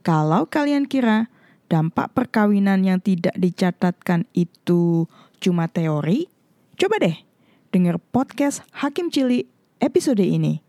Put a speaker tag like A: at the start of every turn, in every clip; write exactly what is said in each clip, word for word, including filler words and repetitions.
A: Kalau kalian kira dampak perkawinan yang tidak dicatatkan itu cuma teori, coba deh dengar podcast Hakim Cilik episode ini.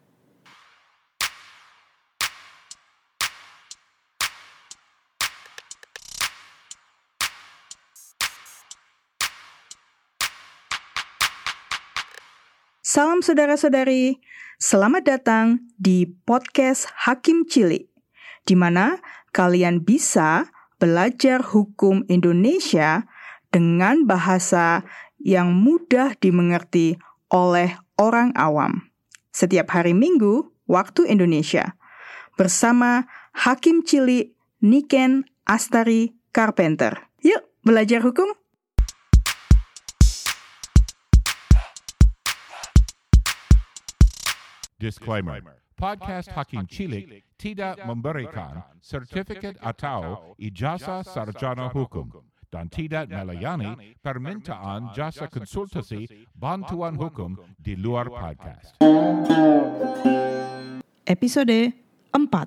A: Salam saudara-saudari, selamat datang di podcast Hakim Cilik, di mana kalian bisa belajar hukum Indonesia dengan bahasa yang mudah dimengerti oleh orang awam. Setiap hari Minggu, waktu Indonesia, bersama Hakim Cilik Niken Astari Carpenter. Yuk, belajar hukum!
B: Disclaimer. Podcast Hakim Cilik tidak memberikan sertifikat atau ijazah sarjana hukum dan tidak melayani permintaan jasa konsultasi bantuan hukum di luar podcast.
A: Episode empat.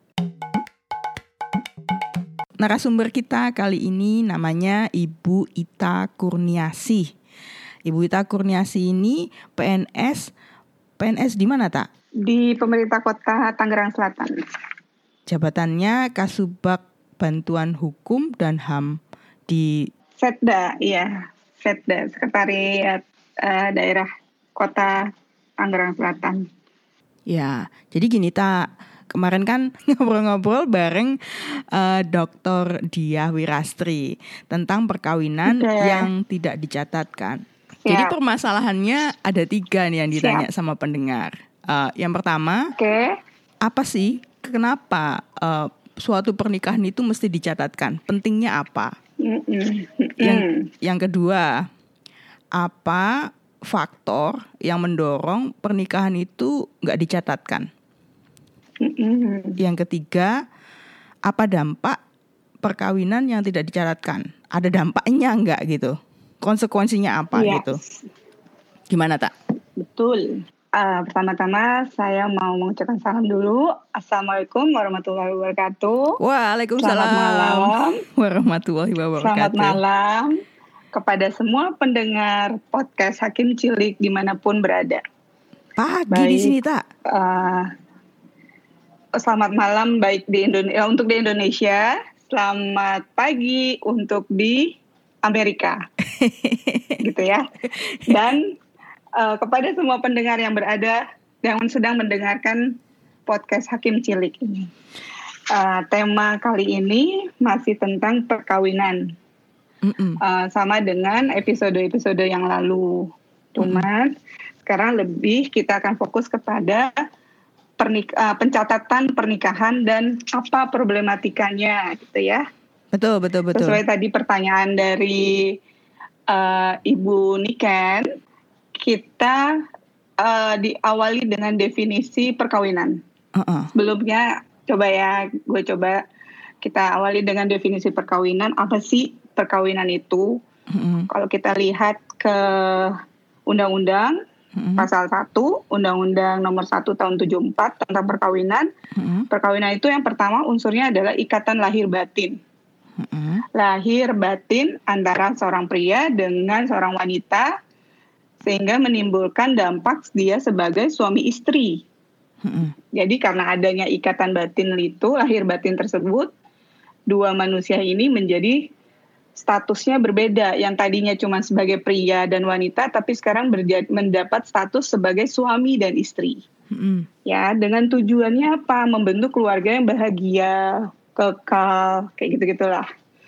A: Narasumber kita kali ini namanya Ibu Ita Kurniasih. Ibu Ita Kurniasih ini P N S P N S di mana, Tak?
C: Di pemerintah kota Tangerang Selatan.
A: Jabatannya Kasubag Bantuan Hukum dan H A M di
C: Setda, iya. Setda, Sekretariat uh, Daerah Kota Tangerang Selatan.
A: Ya, jadi gini, Tak. Kemarin kan ngobrol-ngobrol bareng uh, Doktor Diah Wirastri tentang perkawinan okay. yang tidak dicatatkan. Jadi Siap. Permasalahannya ada tiga nih yang ditanya Siap. sama pendengar. Uh, yang pertama,
C: okay.
A: apa sih, kenapa uh, suatu pernikahan itu mesti dicatatkan? Pentingnya apa?
C: Mm-mm.
A: Yang, yang kedua, apa faktor yang mendorong pernikahan itu nggak dicatatkan?
C: Mm-mm.
A: Yang ketiga, apa dampak perkawinan yang tidak dicatatkan? Ada dampaknya nggak gitu? Konsekuensinya apa yes. gitu? Gimana, Tak?
C: Betul. Uh, pertama-tama saya mau mengucapkan salam dulu. Assalamualaikum warahmatullahi wabarakatuh.
A: Waalaikumsalam
C: Selamat malam
A: warahmatullahi wabarakatuh.
C: Selamat malam kepada semua pendengar podcast Hakim Cilik dimanapun berada.
A: Pagi
C: baik,
A: di sini, Tak.
C: Uh, selamat malam baik di Indonesia untuk di Indonesia. Selamat pagi untuk di Amerika, gitu ya. Dan uh, kepada semua pendengar yang berada yang sedang mendengarkan podcast Hakim Cilik ini, uh, tema kali ini masih tentang perkawinan, uh, sama dengan episode-episode yang lalu. Cuma sekarang lebih kita akan fokus kepada pernik- uh, pencatatan pernikahan dan apa problematikanya, gitu ya.
A: Betul, betul, betul.
C: Sesuai tadi pertanyaan dari uh, Ibu Niken, kita uh, diawali dengan definisi perkawinan.
A: Uh-uh.
C: Sebelumnya, coba ya, gue coba kita awali dengan definisi perkawinan. Apa sih perkawinan itu? Uh-uh. Kalau kita lihat ke undang-undang, uh-uh. pasal satu, Undang-Undang nomor satu tahun tujuh puluh empat tentang perkawinan. Uh-uh. Perkawinan itu yang pertama unsurnya adalah ikatan lahir batin. Uh-uh. Lahir batin antara seorang pria dengan seorang wanita sehingga menimbulkan dampak dia sebagai suami istri. Uh-uh. Jadi karena adanya ikatan batin itu, lahir batin tersebut, dua manusia ini menjadi statusnya berbeda. Yang tadinya cuma sebagai pria dan wanita, tapi sekarang berja- mendapat status sebagai suami dan istri. Uh-uh. Ya, dengan tujuannya apa? Membentuk keluarga yang bahagia, kekal, kayak gitu-gitulah.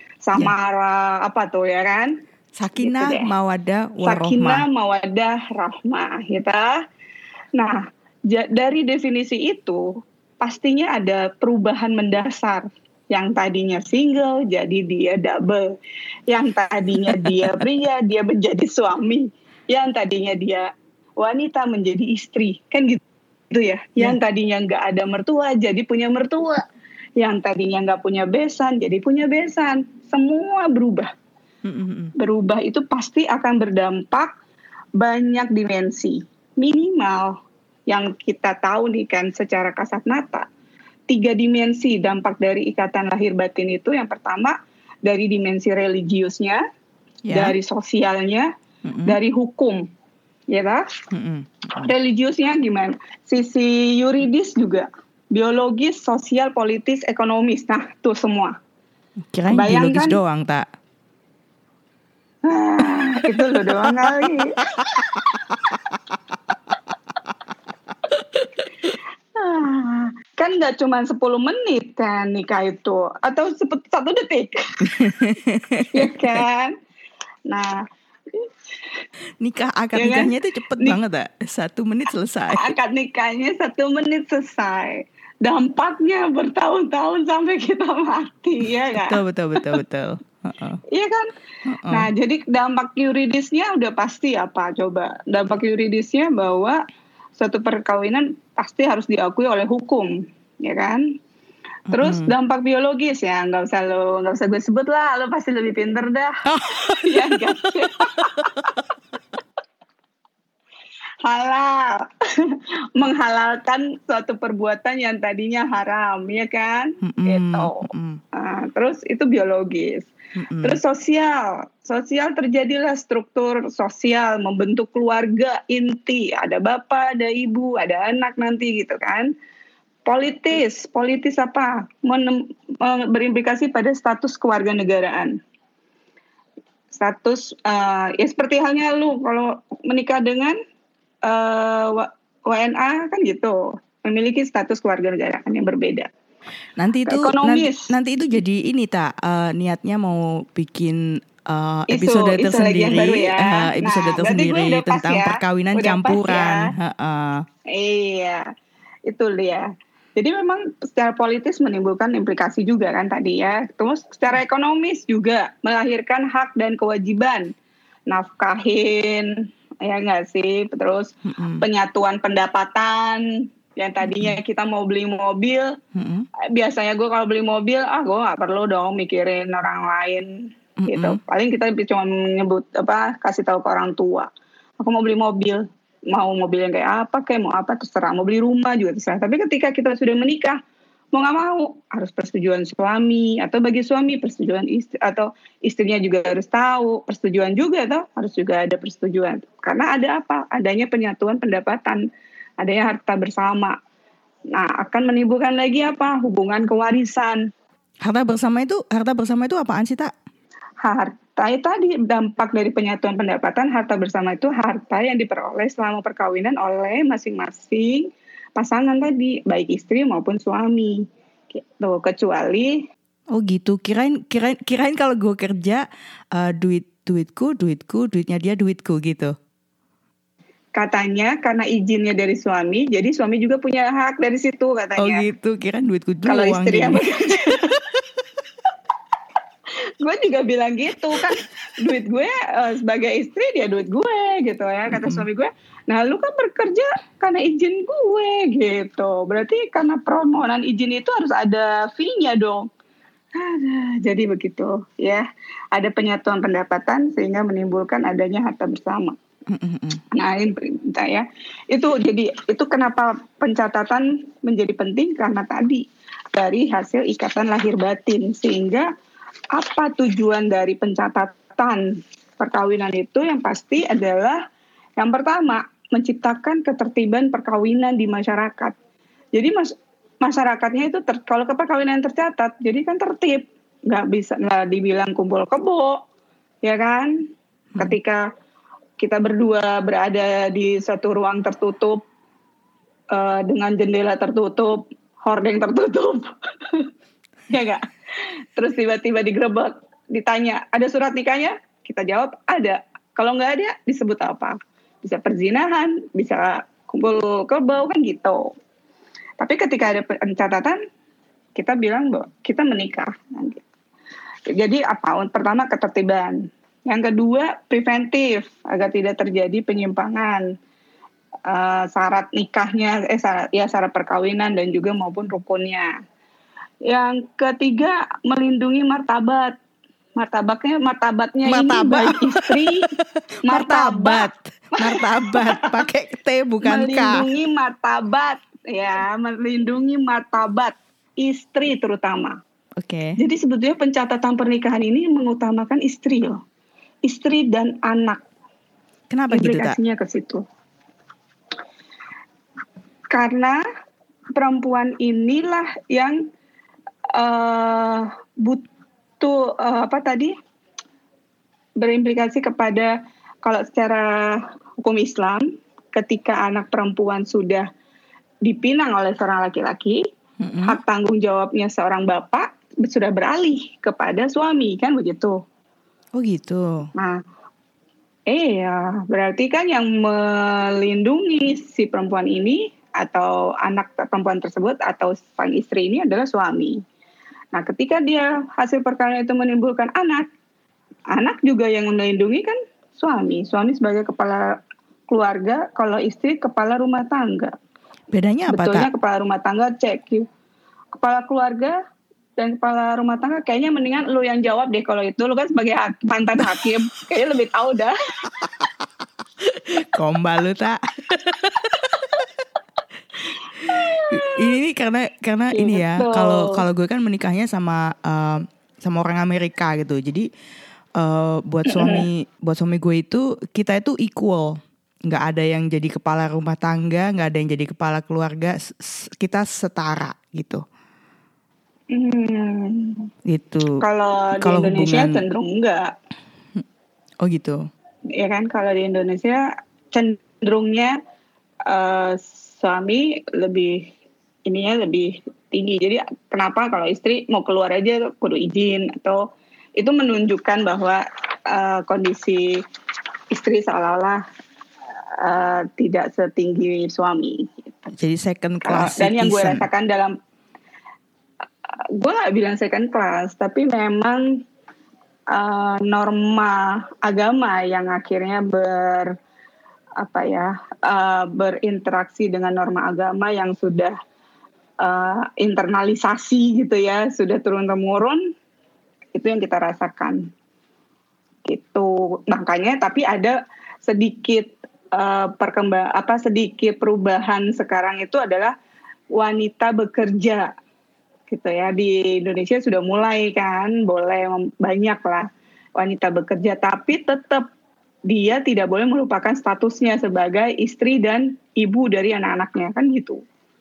C: Samara, ya. Apa tuh ya kan?
A: Sakinah, gitu mawadah, warahmah.
C: Sakinah, mawadah, rahmah, gitu. Nah, j- dari definisi itu, pastinya ada perubahan mendasar. Yang tadinya single, jadi dia double. Yang tadinya dia pria, dia menjadi suami. Yang tadinya dia wanita, menjadi istri. Kan gitu, gitu ya? ya. Yang tadinya nggak ada mertua, jadi punya mertua. Yang tadinya nggak punya besan, jadi punya besan. Semua berubah. Mm-hmm. Berubah itu pasti akan berdampak banyak dimensi. Minimal yang kita tahu nih kan secara kasat mata, tiga dimensi dampak dari ikatan lahir batin itu. Yang pertama dari dimensi religiusnya, yeah. dari sosialnya, mm-hmm. dari hukum, ya kan? Mm-hmm. Religiusnya gimana? Sisi yuridis juga, biologis, sosial, politis, ekonomis. Nah, tuh semua.
A: Kirain biologis doang, tak?
C: Ah, itu lo doang kali. ah, kan nggak cuma sepuluh menit kan nikah itu, atau satu detik, ya kan? Nah,
A: nikah akad ya nikahnya kan? Itu cepet Nik- banget tak? Satu menit selesai.
C: Akad nikahnya satu menit selesai. Dampaknya bertahun-tahun sampai kita mati, ya kan?
A: Betul betul betul betul. Uh-uh.
C: Iya kan? Uh-uh. Nah, jadi dampak yuridisnya udah pasti apa? Coba dampak yuridisnya bahwa suatu perkawinan pasti harus diakui oleh hukum, ya kan? Terus uh-uh. dampak biologis ya, nggak usah lo, nggak usah gue sebut lah, lo pasti lebih pinter dah. Ya nggak sih? Halal, menghalalkan suatu perbuatan yang tadinya haram, ya kan? Mm-mm. Gitu. Mm-mm. Nah, terus itu biologis. Mm-mm. Terus sosial, sosial terjadilah struktur sosial, membentuk keluarga inti, ada bapak, ada ibu, ada anak nanti gitu kan. Politis, politis apa? Men- berimplikasi pada status kewarganegaraan. Status, uh, ya seperti halnya lu kalau menikah dengan uh, W N A kan gitu, memiliki status kewarganegaraan yang berbeda.
A: Nanti itu nanti, nanti itu jadi ini tak uh, niatnya mau bikin uh, episode isu, tersendiri, isu baru ya. uh, episode nah, tersendiri tentang ya. Perkawinan udah campuran. Ya. Uh-uh.
C: Iya, itu dia. Jadi memang secara politis menimbulkan implikasi juga kan tadi ya. Terus secara ekonomis juga melahirkan hak dan kewajiban, nafkahin, ya nggak sih. Terus mm-hmm. penyatuan pendapatan. Yang tadinya kita mau beli mobil, mm-hmm. biasanya gue kalau beli mobil, ah gue nggak perlu dong mikirin orang lain, mm-hmm. gitu. Paling kita cuma nyebut apa, kasih tahu ke orang tua, aku mau beli mobil, mau mobil yang kayak apa, kayak mau apa terserah, mau beli rumah juga terserah. Tapi ketika kita sudah menikah, mau nggak mau harus persetujuan suami, atau bagi suami persetujuan istri, atau istrinya juga harus tahu, persetujuan juga, atau harus juga ada persetujuan. Karena ada apa? Adanya penyatuan pendapatan. Adanya harta bersama. Nah, akan menimbulkan lagi apa? Hubungan kewarisan.
A: Harta bersama itu, harta bersama itu apaan sih, Tak?
C: Harta itu tadi dampak dari penyatuan pendapatan. Harta bersama itu harta yang diperoleh selama perkawinan oleh masing-masing pasangan tadi, baik istri maupun suami. Gitu. Kecuali
A: oh gitu. Kirain kirain kirain kalau gue kerja uh, duit duitku, duitku, duitnya dia duitku gitu.
C: Katanya karena izinnya dari suami, jadi suami juga punya hak dari situ katanya.
A: Oh gitu, kirain duitku doang.
C: Kalau istri yang bekerja. Gue juga bilang gitu kan, duit gue uh, sebagai istri dia duit gue gitu ya, kata mm-hmm. suami gue. Nah lu kan bekerja karena izin gue gitu, berarti karena permohonan izin itu harus ada fee-nya dong. Ada, jadi begitu ya, ada penyatuan pendapatan sehingga menimbulkan adanya harta bersama. Nah ini perintah ya. Itu jadi itu kenapa pencatatan menjadi penting karena tadi dari hasil ikatan lahir batin, sehingga apa tujuan dari pencatatan perkawinan itu yang pasti adalah yang pertama menciptakan ketertiban perkawinan di masyarakat. Jadi mas, masyarakatnya itu ter, kalau ke perkawinan tercatat, jadi kan tertib, nggak bisa nggak dibilang kumpul kebo, ya kan? Hmm. Ketika kita berdua berada di satu ruang tertutup uh, dengan jendela tertutup, hordeng tertutup, ya nggak? Terus tiba-tiba digerebek, ditanya, ada surat nikahnya? Kita jawab, ada. Kalau nggak ada, disebut apa? Bisa perzinahan, bisa kumpul kebo, kan gitu. Tapi ketika ada pencatatan, kita bilang bahwa kita menikah. Jadi apa? Pertama, ketertiban. Yang kedua, preventif, agar tidak terjadi penyimpangan uh, syarat nikahnya, eh syarat, ya syarat perkawinan dan juga maupun rukunnya. Yang ketiga, melindungi martabat. Martabatnya, martabatnya
A: Martabat.
C: Ini baik istri,
A: martabat, martabat, pakai T bukan K.
C: Melindungi martabat, ya, melindungi martabat istri terutama.
A: Oke.
C: Okay. Jadi sebetulnya pencatatan pernikahan ini mengutamakan istri loh. Istri dan anak.
A: Kenapa gitu, Tak?
C: Implikasinya ke situ. Karena perempuan inilah yang uh, butuh uh, apa tadi berimplikasi kepada, kalau secara hukum Islam, ketika anak perempuan sudah dipinang oleh seorang laki-laki, mm-hmm. hak tanggung jawabnya seorang bapak sudah beralih kepada suami, kan begitu?
A: Oh gitu.
C: Nah, iya, berarti kan yang melindungi si perempuan ini atau anak perempuan tersebut atau sang istri ini adalah suami. Nah, ketika dia hasil perkawinan itu menimbulkan anak, anak juga yang melindungi kan suami. Suami sebagai kepala keluarga, kalau istri kepala rumah tangga.
A: Bedanya apa,
C: Betulnya
A: Tak?
C: Kepala rumah tangga cek yuk. Kepala keluarga dan kepala rumah tangga kayaknya mendingan lu yang jawab deh kalau itu. Lu kan sebagai ha- mantan hakim, kayaknya lebih tahu dah.
A: Gombal lu, Tak. Ini karena karena ya, ini ya, kalau kalau gue kan menikahnya sama uh, sama orang Amerika gitu. Jadi uh, buat suami buat suami gue itu kita itu equal. Nggak ada yang jadi kepala rumah tangga, nggak ada yang jadi kepala keluarga. Kita setara gitu.
C: Hmm.
A: Gitu.
C: Kalau di Indonesia hubungan... cenderung enggak.
A: Oh gitu.
C: Ya kan, kalau di Indonesia cenderungnya uh, suami lebih ininya lebih tinggi. Jadi kenapa kalau istri mau keluar aja kudu izin, atau itu menunjukkan bahwa uh, kondisi istri seolah-olah uh, tidak setinggi suami.
A: Jadi second class.
C: Uh, dan yang gue rasakan dalam uh, gue nggak bilang second class, tapi memang uh, norma agama yang akhirnya ber apa ya uh, berinteraksi dengan norma agama yang sudah uh, internalisasi gitu ya, sudah turun-temurun, itu yang kita rasakan gitu. Makanya tapi ada sedikit uh, perkembang apa sedikit perubahan sekarang itu adalah wanita bekerja gitu ya. Di Indonesia sudah mulai kan, boleh banyak lah wanita bekerja, tapi tetap dia tidak boleh melupakan statusnya sebagai istri dan ibu dari anak-anaknya, kan gitu.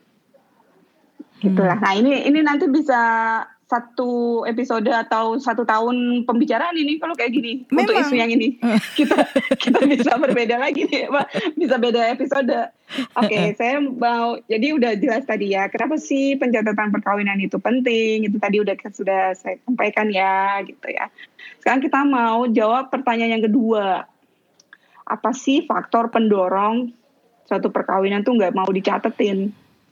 C: Gitulah. Nah ini ini nanti bisa satu episode atau satu tahun pembicaraan ini kalau kayak gini. Memang. Untuk isu yang ini kita kita bisa berbeda lagi nih, bisa beda episode. Oke, okay, saya mau jadi udah jelas tadi ya kenapa sih pencatatan perkawinan itu penting. Itu tadi udah sudah saya sampaikan ya, gitu ya. Sekarang kita mau jawab pertanyaan yang kedua. Apa sih faktor pendorong suatu perkawinan tuh nggak mau dicatetin?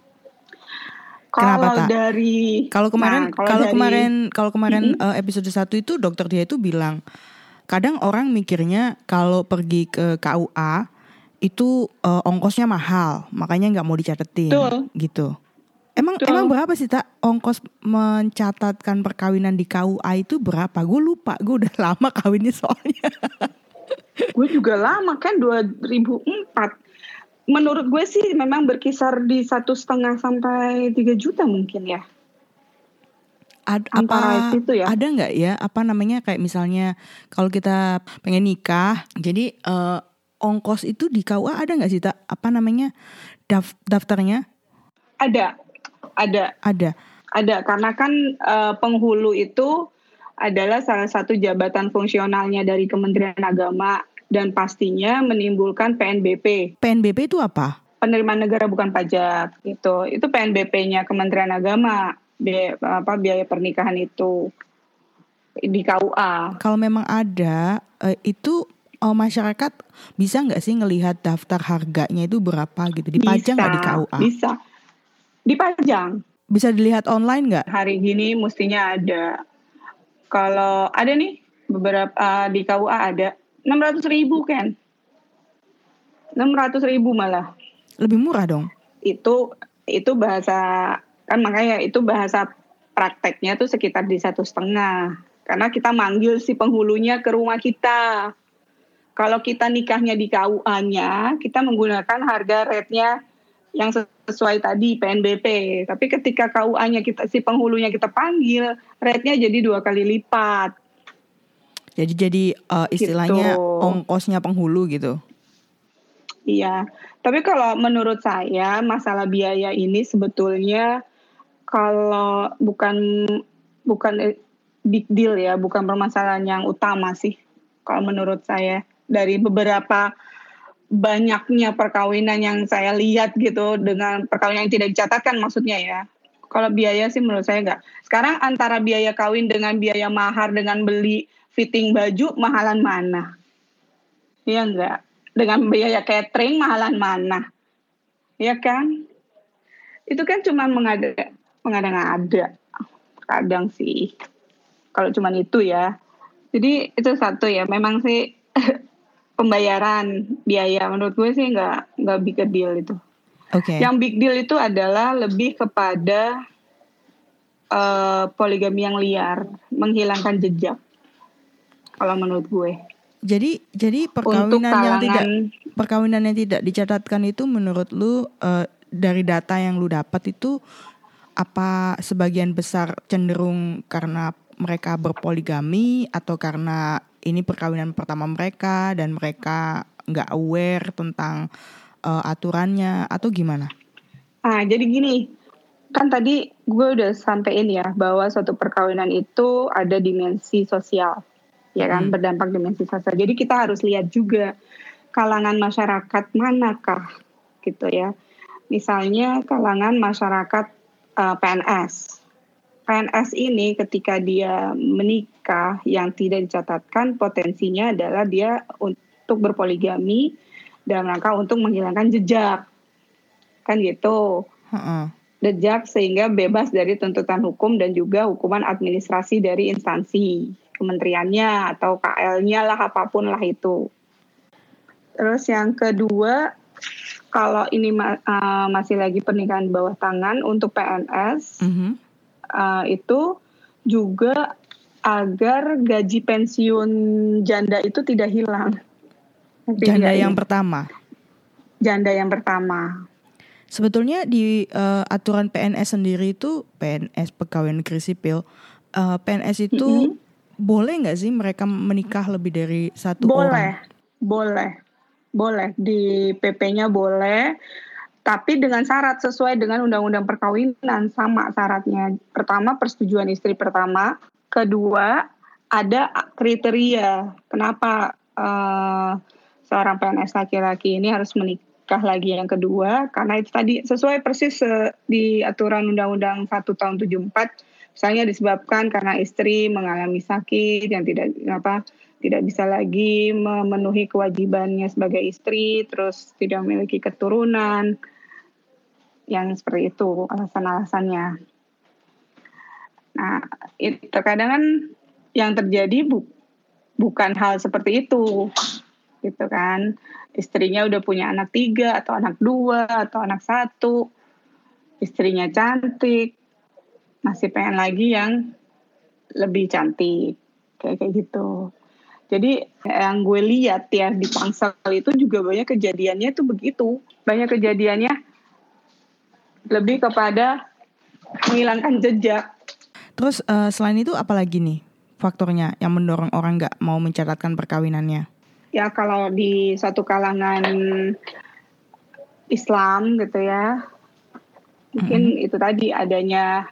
A: Kenapa,
C: kalau
A: Tak?
C: dari
A: kalau kemarin
C: nah, kalau,
A: kalau
C: dari,
A: kemarin kalau kemarin
C: mm-hmm.
A: uh, episode satu itu dokter dia itu bilang kadang orang mikirnya kalau pergi ke K U A itu uh, ongkosnya mahal, makanya nggak mau dicatetin. Tuh. Gitu. Emang Tuh. emang berapa sih, Tak, ongkos mencatatkan perkawinan di K U A itu berapa? Gue lupa, gue udah lama kawinnya soalnya.
C: Gue juga lama kan dua ribu empat. Menurut gue sih memang berkisar di satu setengah sampai tiga juta mungkin ya.
A: Ad, apa itu ya? Ada nggak ya apa namanya kayak misalnya kalau kita pengen nikah, jadi uh, ongkos itu di K U A ada nggak sih, Tak? Apa namanya Daf, daftarnya?
C: Ada, ada,
A: ada,
C: ada karena kan uh, penghulu itu adalah salah satu jabatan fungsionalnya dari Kementerian Agama dan pastinya menimbulkan P N B P.
A: P N B P itu apa?
C: Penerimaan negara bukan pajak gitu. Itu P N B P-nya Kementerian Agama, biaya, apa biaya pernikahan itu di K U A.
A: Kalau memang ada itu masyarakat bisa nggak sih ngelihat daftar harganya itu berapa gitu? Dipajang nggak di K U A?
C: Bisa, dipajang.
A: Bisa dilihat online nggak?
C: Hari gini mestinya ada. Kalau ada nih beberapa uh, di K U A ada enam ratus ribu kan, enam ratus ribu malah.
A: Lebih murah dong.
C: Itu itu bahasa kan makanya itu bahasa prakteknya tuh sekitar di satu setengah. Karena kita manggil si penghulunya ke rumah kita. Kalau kita nikahnya di K U A-nya, kita menggunakan harga rate-nya yang sesuai tadi P N B P. Tapi ketika K U A-nya kita si penghulunya kita panggil, rate-nya jadi dua kali lipat.
A: Jadi jadi uh, istilahnya gitu. Ongkosnya penghulu gitu.
C: Iya. Tapi kalau menurut saya masalah biaya ini sebetulnya kalau bukan bukan big deal ya, bukan permasalahan yang utama sih. Kalau menurut saya dari beberapa banyaknya perkawinan yang saya lihat gitu dengan perkawinan yang tidak dicatatkan maksudnya ya. Kalau biaya sih menurut saya enggak. Sekarang antara biaya kawin dengan biaya mahar dengan beli fitting baju mahalan mana? Iya enggak? Dengan biaya catering mahalan mana? Ya kan? Itu kan cuma mengada mengada-ngada. Kadang sih. Kalau cuma itu ya. Jadi itu satu ya, memang sih pembayaran biaya menurut gue sih nggak nggak big deal itu.
A: Oke. Okay.
C: Yang big deal itu adalah lebih kepada uh, poligami yang liar, menghilangkan jejak. Kalau menurut gue.
A: Jadi jadi perkawinan kalangan, yang tidak perkawinan yang tidak dicatatkan itu menurut lu uh, dari data yang lu dapat itu apa sebagian besar cenderung karena mereka berpoligami atau karena ini perkawinan pertama mereka dan mereka nggak aware tentang uh, aturannya atau gimana?
C: Ah, jadi gini, kan tadi gue udah sampein ya bahwa suatu perkawinan itu ada dimensi sosial, ya kan, hmm. berdampak dimensi sosial. Jadi kita harus lihat juga kalangan masyarakat manakah gitu ya. Misalnya kalangan masyarakat uh, P N S. P N S ini ketika dia menikah yang tidak dicatatkan potensinya adalah dia untuk berpoligami dalam rangka untuk menghilangkan jejak. Kan gitu. Uh-uh. Jejak sehingga bebas dari tuntutan hukum dan juga hukuman administrasi dari instansi kementeriannya atau K L-nya lah apapun lah itu. Terus yang kedua, kalau ini uh, masih lagi pernikahan bawah tangan untuk P N S, uh-huh. Uh, itu juga agar gaji pensiun janda itu tidak hilang.
A: Janda yang pertama.
C: Janda yang pertama.
A: Sebetulnya di uh, aturan P N S sendiri itu P N S pegawai negeri sipil, uh, P N S itu mm-hmm. boleh nggak sih mereka menikah lebih dari satu
C: boleh,
A: orang?
C: Boleh, boleh, boleh di P P-nya boleh. Tapi dengan syarat sesuai dengan undang-undang perkawinan sama syaratnya. Pertama, persetujuan istri pertama. Kedua, ada kriteria kenapa uh, seorang P N S laki-laki ini harus menikah lagi yang kedua. Karena itu tadi sesuai persis uh, di aturan undang-undang satu tahun tujuh puluh empat. Misalnya disebabkan karena istri mengalami sakit yang tidak apa tidak bisa lagi memenuhi kewajibannya sebagai istri, terus tidak memiliki keturunan. Yang seperti itu alasan-alasannya. Nah, itu terkadang kan yang terjadi bu, bukan hal seperti itu, gitu kan? Istrinya udah punya anak tiga atau anak dua atau anak satu, istrinya cantik, masih pengen lagi yang lebih cantik, kayak kayak gitu. Jadi yang gue lihat ya di Pangsel itu juga banyak kejadiannya itu begitu, banyak kejadiannya lebih kepada menghilangkan jejak.
A: Terus uh, selain itu apa lagi nih faktornya yang mendorong orang nggak mau mencatatkan perkawinannya?
C: Ya kalau di satu kalangan Islam gitu ya, mungkin mm-hmm. itu tadi adanya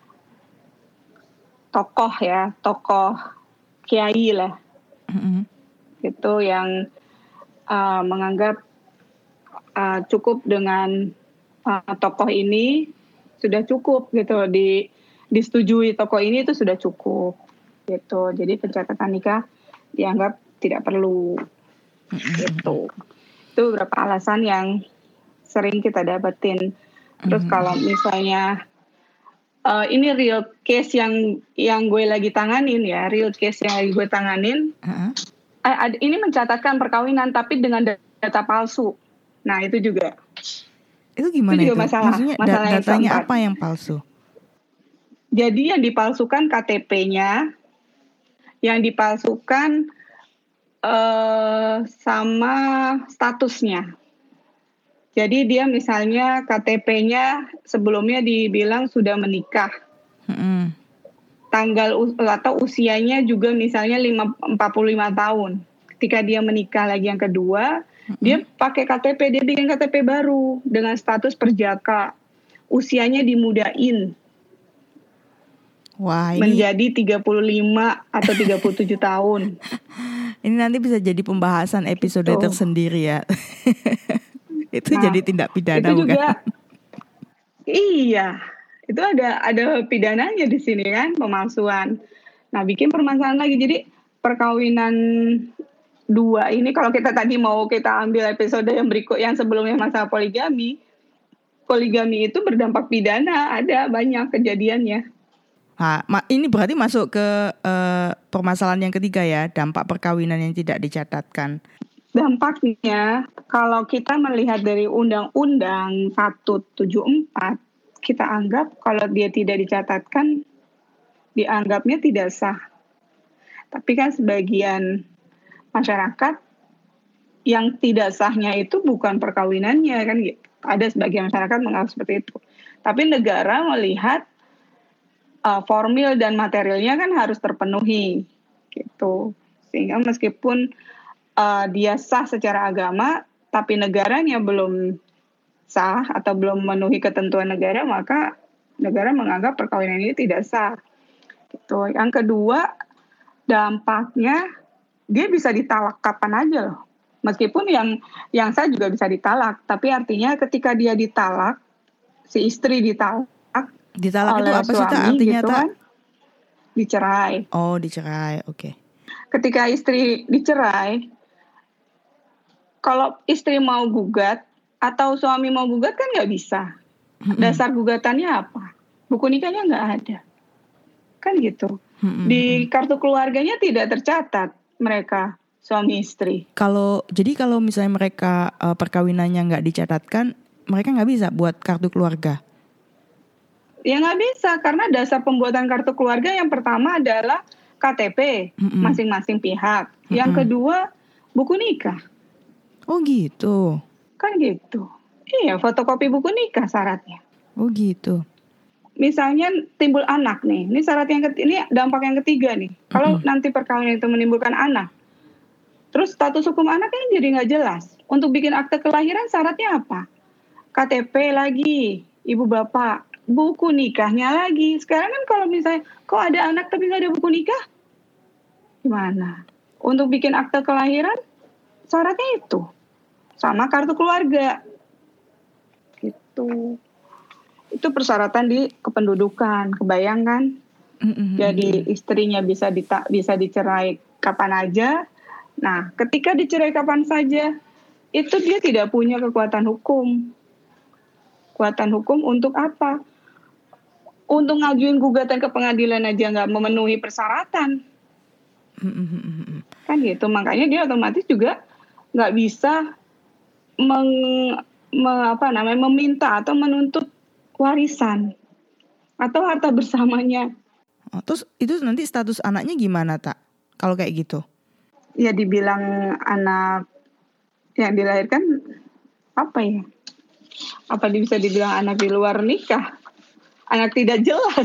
C: tokoh ya, tokoh kiai lah, mm-hmm. gitu yang uh, menganggap uh, cukup dengan Uh, tokoh ini sudah cukup gitu, di disetujui tokoh ini itu sudah cukup gitu. Jadi pencatatan nikah dianggap tidak perlu gitu. Itu beberapa alasan yang sering kita dapetin. Terus kalau misalnya uh, ini real case yang yang gue lagi tanganin ya, real case yang lagi gue tanganin. Uh-huh. Uh, ini mencatatkan perkawinan tapi dengan data palsu. Nah itu juga.
A: Itu gimana itu? Juga
C: masalah.
A: Maksudnya
C: masalah
A: da- datanya yang apa yang palsu?
C: Jadi yang dipalsukan K T P-nya, yang dipalsukan uh, sama statusnya. Jadi dia misalnya K T P-nya sebelumnya dibilang sudah menikah.
A: Mm-mm.
C: Tanggal atau usianya juga misalnya empat puluh lima tahun. Ketika dia menikah lagi yang kedua, mm-hmm. dia pakai K T P, dia bikin K T P baru dengan status perjaka. Usianya dimudain.
A: Wah, ini
C: menjadi tiga puluh lima atau tiga puluh tujuh tahun.
A: Ini nanti bisa jadi pembahasan episode gitu. tersendiri ya. Itu nah, jadi tindak pidana
C: itu
A: bukan?
C: Juga, iya. Itu ada ada pidananya di sini kan, pemalsuan. Nah, bikin permasalahan lagi. Jadi perkawinan dua ini kalau kita tadi mau kita ambil episode yang berikut yang sebelumnya masalah poligami. Poligami itu berdampak pidana, ada banyak kejadiannya.
A: Nah, ini berarti masuk ke uh, permasalahan yang ketiga ya, dampak perkawinan yang tidak dicatatkan.
C: Dampaknya, kalau kita melihat dari Undang-Undang seratus tujuh puluh empat, kita anggap kalau dia tidak dicatatkan, dianggapnya tidak sah. Tapi kan sebagian masyarakat yang tidak sahnya itu bukan perkawinannya kan gitu. Ada sebagian masyarakat menganggap seperti itu. Tapi negara melihat uh, formil dan materialnya kan harus terpenuhi gitu. Sehingga meskipun uh, dia sah secara agama, tapi negaranya belum sah atau belum memenuhi ketentuan negara, maka negara menganggap perkawinan ini tidak sah. Gitu. Yang kedua, dampaknya dia bisa ditalak kapan aja loh. Meskipun yang yang sah juga bisa ditalak, tapi artinya ketika dia ditalak, si istri ditalak,
A: ditalak
C: oleh
A: itu apa
C: suami,
A: sih tak artinya
C: gitu
A: tak?
C: Kan, dicerai.
A: Oh, dicerai, oke. Okay.
C: Ketika istri dicerai, kalau istri mau gugat atau suami mau gugat kan nggak bisa. Mm-hmm. Dasar gugatannya apa? Buku nikahnya nggak ada, kan gitu. Mm-hmm. Di kartu keluarganya tidak tercatat mereka suami istri.
A: Kalau jadi kalau misalnya mereka uh, perkawinannya nggak dicatatkan, mereka nggak bisa buat kartu keluarga.
C: Ya nggak bisa karena dasar pembuatan kartu keluarga yang pertama adalah K T P mm-mm. masing-masing pihak. Mm-mm. Yang kedua buku nikah.
A: Oh gitu.
C: Kan gitu. Iya, fotokopi buku nikah syaratnya.
A: Oh gitu.
C: Misalnya timbul anak nih. Ini syarat yang ketiga, ini dampak yang ketiga nih. Mm-mm. Kalau nanti perkawinan itu menimbulkan anak, terus status hukum anaknya jadi nggak jelas. Untuk bikin akte kelahiran syaratnya apa? K T P lagi, ibu bapak, buku nikahnya lagi. Sekarang kan kalau misalnya, kok ada anak tapi nggak ada buku nikah? Gimana? Untuk bikin akte kelahiran, syaratnya itu. Sama kartu keluarga. Gitu. Itu persyaratan di kependudukan, kebayang kan? Mm-hmm. Jadi istrinya bisa dita- bisa dicerai kapan aja. Nah, ketika dicerai kapan saja, itu dia tidak punya kekuatan hukum. Kekuatan hukum untuk apa? Untuk ngajuin gugatan ke pengadilan aja nggak memenuhi persyaratan. Mm-hmm. Kan gitu, makanya dia otomatis juga nggak bisa meng, me, apa namanya, meminta atau menuntut warisan atau harta bersamanya.
A: Oh, terus itu nanti status anaknya gimana tak? Kalau kayak gitu?
C: Ya dibilang anak yang dilahirkan apa ya? Apa bisa dibilang anak di luar nikah? Anak tidak jelas.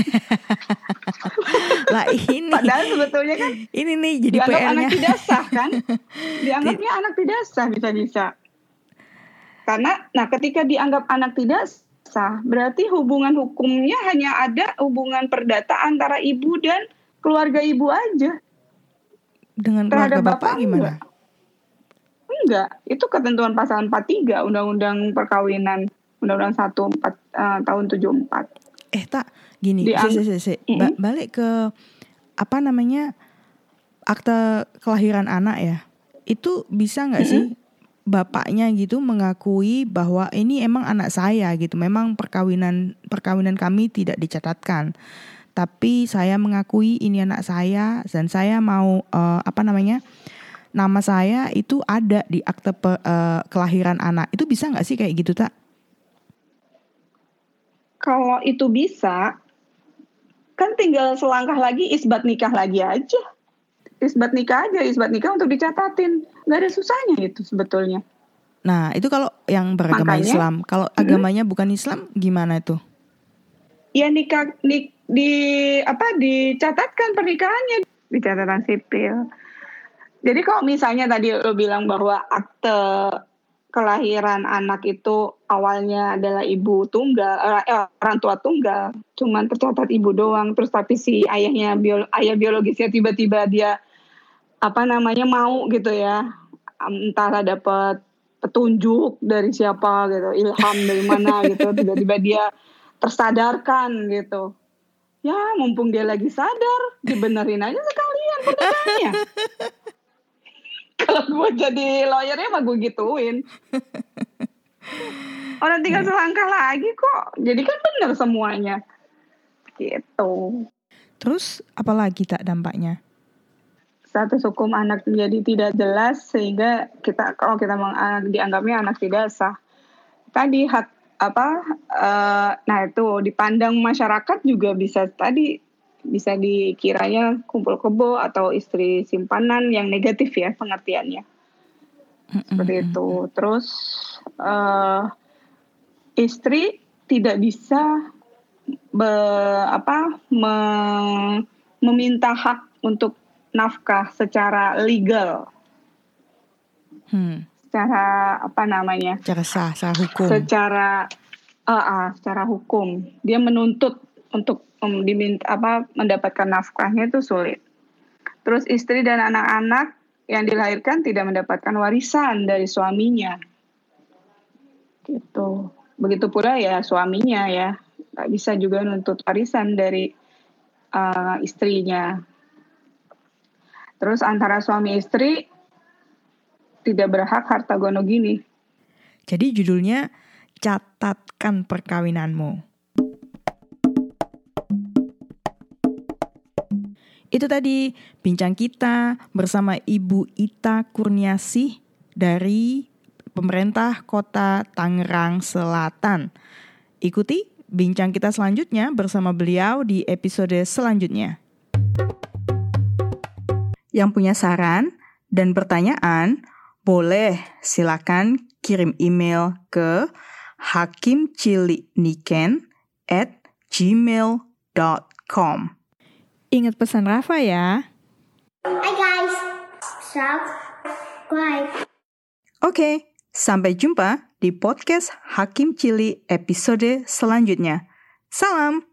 A: Lah ini.
C: Padahal sebetulnya kan
A: ini nih jadi
C: dianggap
A: P R-nya.
C: Anak tidak sah kan? Dianggapnya anak tidak sah bisa-bisa. Karena nah ketika dianggap anak tidak sah, berarti hubungan hukumnya hanya ada hubungan perdata antara ibu dan keluarga ibu aja.
A: Dengan keluarga bapak, bapak gimana?
C: Enggak. enggak, itu ketentuan pasal empat puluh tiga Undang-Undang Perkawinan, Undang-Undang satu empat uh, tahun tujuh puluh empat.
A: Eh tak, gini, Diang- si, si, si. Mm-hmm. Ba- balik ke apa namanya akte kelahiran anak ya, itu bisa nggak mm-hmm. sih bapaknya gitu mengakui bahwa ini emang anak saya gitu, memang perkawinan perkawinan kami tidak dicatatkan, tapi saya mengakui ini anak saya dan saya mau uh, apa namanya nama saya itu ada di akte pe, uh, kelahiran anak, itu bisa nggak sih kayak gitu tak?
C: Kalau itu bisa, kan tinggal selangkah lagi isbat nikah lagi aja. Isbat nikah aja, isbat nikah untuk dicatatin. Nggak ada susahnya itu sebetulnya.
A: Nah, itu kalau yang beragama
C: Makanya,
A: Islam. Kalau
C: hmm,
A: agamanya bukan Islam, gimana itu?
C: ya nikah nik, di apa dicatatkan pernikahannya di catatan sipil. Jadi kalau misalnya tadi lo bilang bahwa akte kelahiran anak itu awalnya adalah ibu tunggal, eh, orang tua tunggal, cuman tercatat ibu doang, terus tapi si ayahnya bio, ayah biologisnya tiba-tiba dia apa namanya mau gitu ya, entahlah dapat petunjuk dari siapa gitu, ilham dari mana gitu, tiba-tiba dia tersadarkan gitu. Ya mumpung dia lagi sadar, dibenerin aja sekalian pernikahannya. Kalau gue jadi lawyernya mah gue gituin. Orang tinggal selangkah lagi kok. Jadi kan benar semuanya. Gitu.
A: Terus apalagi tak dampaknya?
C: Status hukum anak menjadi tidak jelas sehingga kita kalau kita meng- dianggapnya anak tidak sah. Tadi hak apa? Uh, nah itu dipandang masyarakat juga bisa tadi bisa dikiranya kumpul kebo atau istri simpanan yang negatif ya pengertiannya. Seperti itu. Terus uh, istri tidak bisa be, apa me, meminta hak untuk nafkah secara legal.
A: Hmm.
C: Secara apa namanya?
A: Secara sah, secara hukum.
C: Secara uh, uh, secara hukum. Dia menuntut untuk um, diminta apa mendapatkan nafkahnya itu sulit. Terus istri dan anak-anak yang dilahirkan tidak mendapatkan warisan dari suaminya. Gitu. Begitu pula ya suaminya ya, nggak bisa juga nuntut warisan dari uh, istrinya. Terus antara suami istri tidak berhak harta gonogini.
A: Jadi judulnya Catatkan Perkawinanmu. Itu tadi bincang kita bersama Ibu Ita Kurniasih dari pemerintah Kota Tangerang Selatan. Ikuti bincang kita selanjutnya bersama beliau di episode selanjutnya. Yang punya saran dan pertanyaan, boleh silakan kirim email ke hakimciliniken at gmail dot com. Ingat pesan Rafa ya.
D: Hi guys, subscribe.
A: Oke, sampai jumpa di podcast Hakim Cili episode selanjutnya. Salam.